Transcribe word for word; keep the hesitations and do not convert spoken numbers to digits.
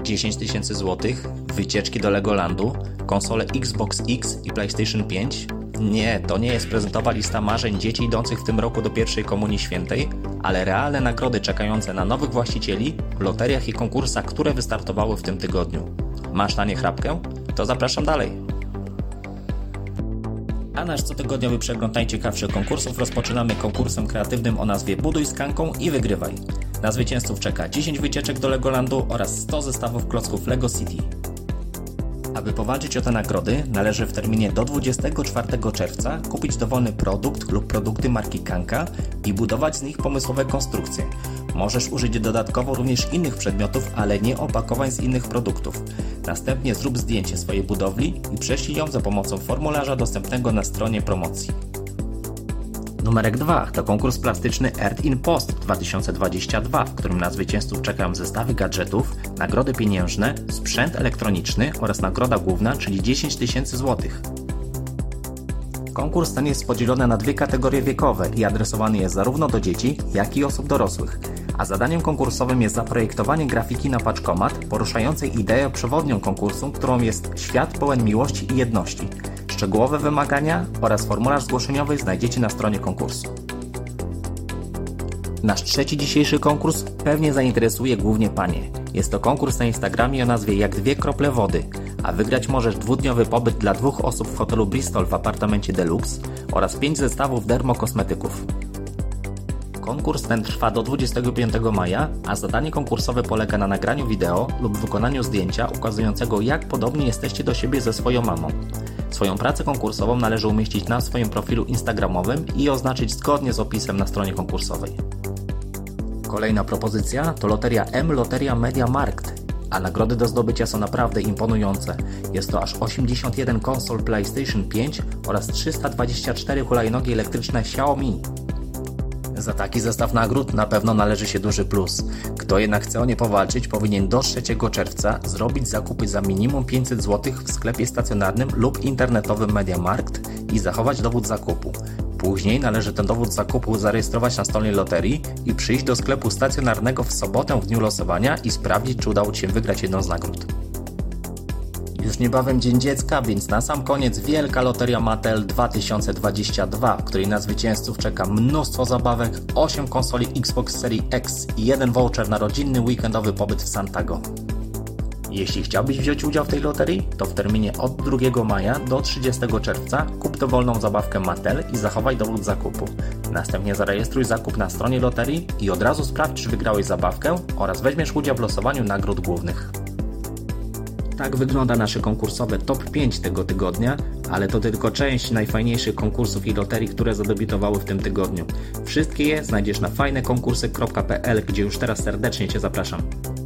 dziesięć tysięcy złotych, wycieczki do Legolandu, konsole Xbox X i PlayStation pięć? Nie, to nie jest prezentowa lista marzeń dzieci idących w tym roku do pierwszej komunii świętej, ale realne nagrody czekające na nowych właścicieli w loteriach i konkursach, które wystartowały w tym tygodniu. Masz na nie chrapkę? To zapraszam dalej. A nasz cotygodniowy przegląd najciekawszych konkursów rozpoczynamy konkursem kreatywnym o nazwie Buduj z Kanką i wygrywaj. Na zwycięzców czeka dziesięć wycieczek do Legolandu oraz sto zestawów klocków Lego City. Aby powalczyć o te nagrody, należy w terminie do dwudziestego czwartego czerwca kupić dowolny produkt lub produkty marki Kanka i budować z nich pomysłowe konstrukcje. Możesz użyć dodatkowo również innych przedmiotów, ale nie opakowań z innych produktów. Następnie zrób zdjęcie swojej budowli i prześlij ją za pomocą formularza dostępnego na stronie promocji. Numerek dwa to konkurs plastyczny Earth in Post dwa tysiące dwadzieścia dwa, w którym na zwycięzców czekają zestawy gadżetów, nagrody pieniężne, sprzęt elektroniczny oraz nagroda główna, czyli dziesięć tysięcy złotych. Konkurs ten jest podzielony na dwie kategorie wiekowe i adresowany jest zarówno do dzieci, jak i osób dorosłych, a zadaniem konkursowym jest zaprojektowanie grafiki na paczkomat poruszającej ideę przewodnią konkursu, którą jest świat pełen miłości i jedności. Szczegółowe wymagania oraz formularz zgłoszeniowy znajdziecie na stronie konkursu. Nasz trzeci dzisiejszy konkurs pewnie zainteresuje głównie Panie. Jest to konkurs na Instagramie o nazwie Jak dwie krople wody, a wygrać możesz dwudniowy pobyt dla dwóch osób w hotelu Bristol w apartamencie Deluxe oraz pięć zestawów dermokosmetyków. Konkurs ten trwa do dwudziestego piątego maja, a zadanie konkursowe polega na nagraniu wideo lub wykonaniu zdjęcia ukazującego, jak podobni jesteście do siebie ze swoją mamą. Swoją pracę konkursową należy umieścić na swoim profilu instagramowym i oznaczyć zgodnie z opisem na stronie konkursowej. Kolejna propozycja to loteria M Loteria Media Markt, a nagrody do zdobycia są naprawdę imponujące. Jest to aż osiemdziesiąt jeden konsol PlayStation pięć oraz trzysta dwadzieścia cztery hulajnogi elektryczne Xiaomi. Za taki zestaw nagród na pewno należy się duży plus. Kto jednak chce o nie powalczyć, powinien do trzeciego czerwca zrobić zakupy za minimum pięćset złotych w sklepie stacjonarnym lub internetowym MediaMarkt i zachować dowód zakupu. Później należy ten dowód zakupu zarejestrować na stronie loterii i przyjść do sklepu stacjonarnego w sobotę w dniu losowania i sprawdzić, czy udało Ci się wygrać jedną z nagród. Już niebawem Dzień Dziecka, więc na sam koniec wielka loteria Mattel dwa tysiące dwadzieścia dwa, w której na zwycięzców czeka mnóstwo zabawek, osiem konsoli Xbox Series X i jeden voucher na rodzinny weekendowy pobyt w Santago. Jeśli chciałbyś wziąć udział w tej loterii, to w terminie od drugiego maja do trzydziestego czerwca kup dowolną zabawkę Mattel i zachowaj dowód zakupu. Następnie zarejestruj zakup na stronie loterii i od razu sprawdź, czy wygrałeś zabawkę oraz weźmiesz udział w losowaniu nagród głównych. Tak wygląda nasze konkursowe top pięć tego tygodnia, ale to tylko część najfajniejszych konkursów i loterii, które zadebiutowały w tym tygodniu. Wszystkie je znajdziesz na fajne konkursy kropka p l, gdzie już teraz serdecznie Cię zapraszam.